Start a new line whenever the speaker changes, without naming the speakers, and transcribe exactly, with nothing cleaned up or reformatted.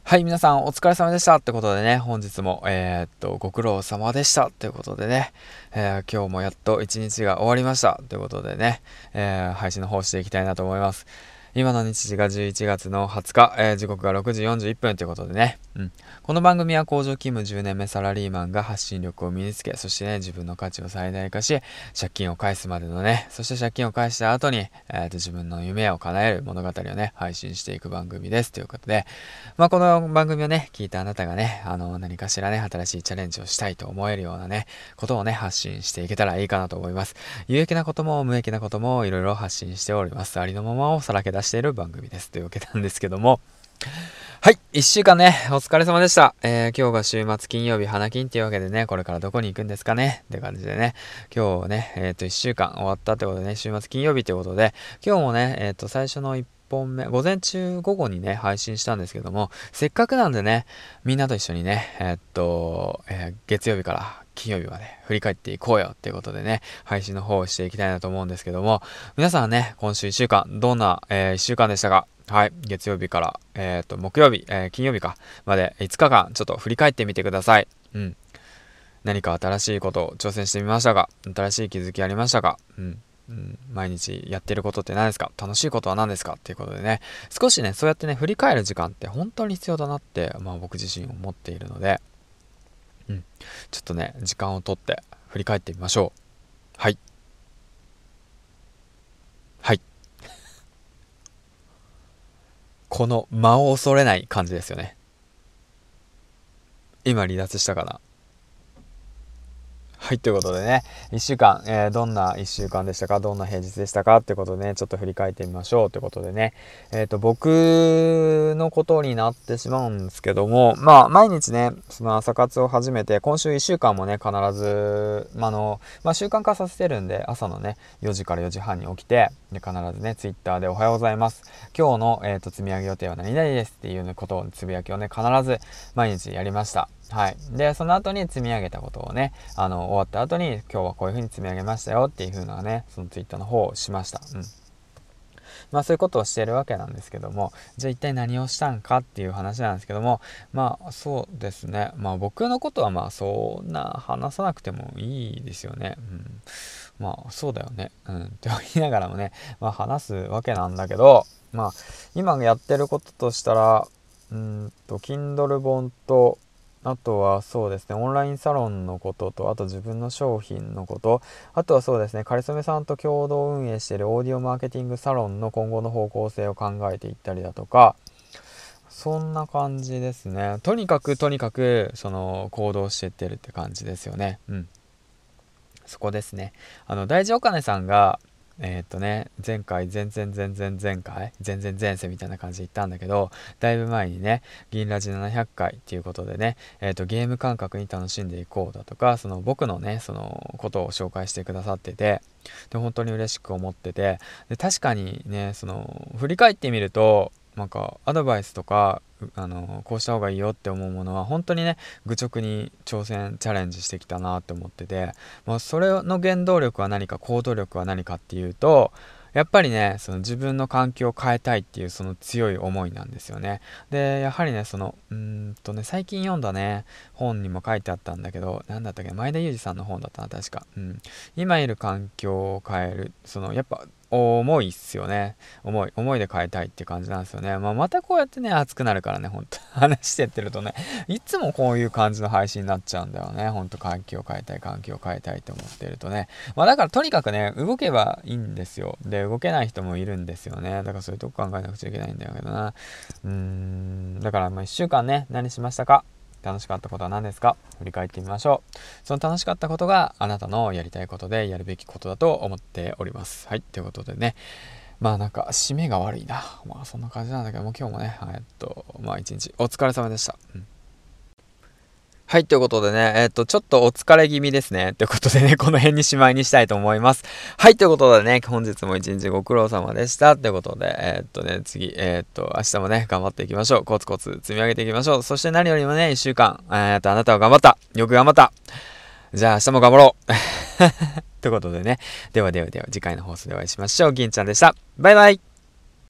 はい、皆さんお疲れ様でしたってことでね、本日も、えーっと、ご苦労様でしたということでね、えー今日もやっと一日が終わりましたということでね、えー配信の方していきたいなと思います。今の日時がじゅういちがつのはつか、えー時刻がろくじよんじゅういっぷんということでね、うん。この番組は工場勤務じゅうねんめサラリーマンが発信力を身につけ、そしてね、自分の価値を最大化し、借金を返すまでのね、そして借金を返した後に、えーと、自分の夢を叶える物語をね、配信していく番組ですということで、まあ、この番組をね、聞いたあなたがね、あの、何かしらね、新しいチャレンジをしたいと思えるようなね、ことをね、発信していけたらいいかなと思います。有益なことも無益なこともいろいろ発信しております。ありのままをさらけ出している番組です。というわけなんですけども、はい、一週間ね、お疲れ様でした。えー、今日が週末金曜日、花金っていうわけでね、これからどこに行くんですかねって感じでね、今日ね、えっと、一週間終わったってことでね、週末金曜日ってことで、今日もね、えっと、最初の一本目、午前中午後にね、配信したんですけども、せっかくなんでね、みんなと一緒にね、えっと、えー月曜日から金曜日まで振り返っていこうよっていうことでね、配信の方をしていきたいなと思うんですけども、皆さんね、今週一週間、どんな、えー、一週間でしたか？はい。月曜日から、えっと、木曜日、えー金曜日か、までいつかかん、ちょっと振り返ってみてください。うん。何か新しいことを挑戦してみましたか？新しい気づきありましたか？うん。うん、毎日やってることって何ですか？楽しいことは何ですか？っていうことでね、少しね、そうやってね、振り返る時間って本当に必要だなって、まあ僕自身思っているので、うん。ちょっとね、時間をとって振り返ってみましょう。はい。はい。この間を恐れない感じですよね。今離脱したかな？はい、ということでね、いっしゅうかん、えーどんないっしゅうかんでしたか、どんな平日でしたかってことでね、ちょっと振り返ってみましょうということでね、えっと、僕のことになってしまうんですけども、まあ、毎日ね、その朝活を始めて、今週いっしゅうかんもね、必ず、まあ、あの、まあ、習慣化させてるんで、朝のね、よじからよじはんに起きて、で、必ずね、ツイッターでおはようございます。今日の、えっと、積み上げ予定は何々ですっていうことをつぶやきをね、必ず毎日やりました。はい。で、その後に積み上げたことをね、あの、終わった後に、今日はこういう風に積み上げましたよっていう風なね、そのツイッターの方をしました。うん。まあそういうことをしているわけなんですけども、じゃあ一体何をしたんかっていう話なんですけども、まあそうですね。まあ僕のことはまあそんな話さなくてもいいですよね。うん。まあそうだよね。うん。って言いながらもね、まあ話すわけなんだけど、まあ今やってることとしたら、うーんと、Kindle 本と、あとはそうですね、オンラインサロンのことと、あと自分の商品のこと、あとはそうですね、かりそめさんと共同運営しているオーディオマーケティングサロンの今後の方向性を考えていったりだとか、そんな感じですね。とにかくとにかく、その、行動していってるって感じですよね。うん。そこですね。あの、大事お金さんが、えーっとね、前回、前々前々前回、前々前世みたいな感じで言ったんだけど、だいぶ前にね、銀ラジななひゃっかいっていうことでね、えーっと、ゲーム感覚に楽しんでいこうだとか、その僕のね、そのことを紹介してくださってて、で、本当に嬉しく思ってて、で、確かにね、その、振り返ってみると、なんか、アドバイスとか、あの、こうした方がいいよって思うものは、本当にね、愚直に挑戦、チャレンジしてきたなって思ってて、まあ、それの原動力は何か、行動力は何かっていうと、やっぱりね、その自分の環境を変えたいっていうその強い思いなんですよね。で、やはりね、その、うーんとね、最近読んだね、本にも書いてあったんだけど、なんだったっけ、前田裕二さんの本だったな、確か。うん。今いる環境を変える。その、やっぱ、重いっすよね。重い。重いで変えたいって感じなんですよね。まあ、またこうやってね、熱くなるからね、ほんと。話してってるとね、いつもこういう感じの配信になっちゃうんだよね。ほんと環境を変えたい、環境を変えたいと思ってるとね。まあだからとにかくね、動けばいいんですよ。で、動けない人もいるんですよね。だからそういうとこ考えなくちゃいけないんだけどな。うーん、だからまあ一週間ね、何しましたか？楽しかったことは何ですか？振り返ってみましょう。その楽しかったことがあなたのやりたいことでやるべきことだと思っております。はい。ということでね。まあなんか締めが悪いな。まあそんな感じなんだけども、今日もね、えっと、まあ一日お疲れ様でした。うん。はい、ということでね、えっと、ちょっとお疲れ気味ですね。ということでね、この辺にしまいにしたいと思います。はい、ということでね、本日も一日ご苦労様でした。ということで、えっとね、次、えっと、明日もね、頑張っていきましょう。コツコツ積み上げていきましょう。そして何よりもね、一週間、えっと、あなたは頑張った。よく頑張った。じゃあ明日も頑張ろう。ということでね、ではではでは、次回の放送でお会いしましょう。銀ちゃんでした。バイバイ。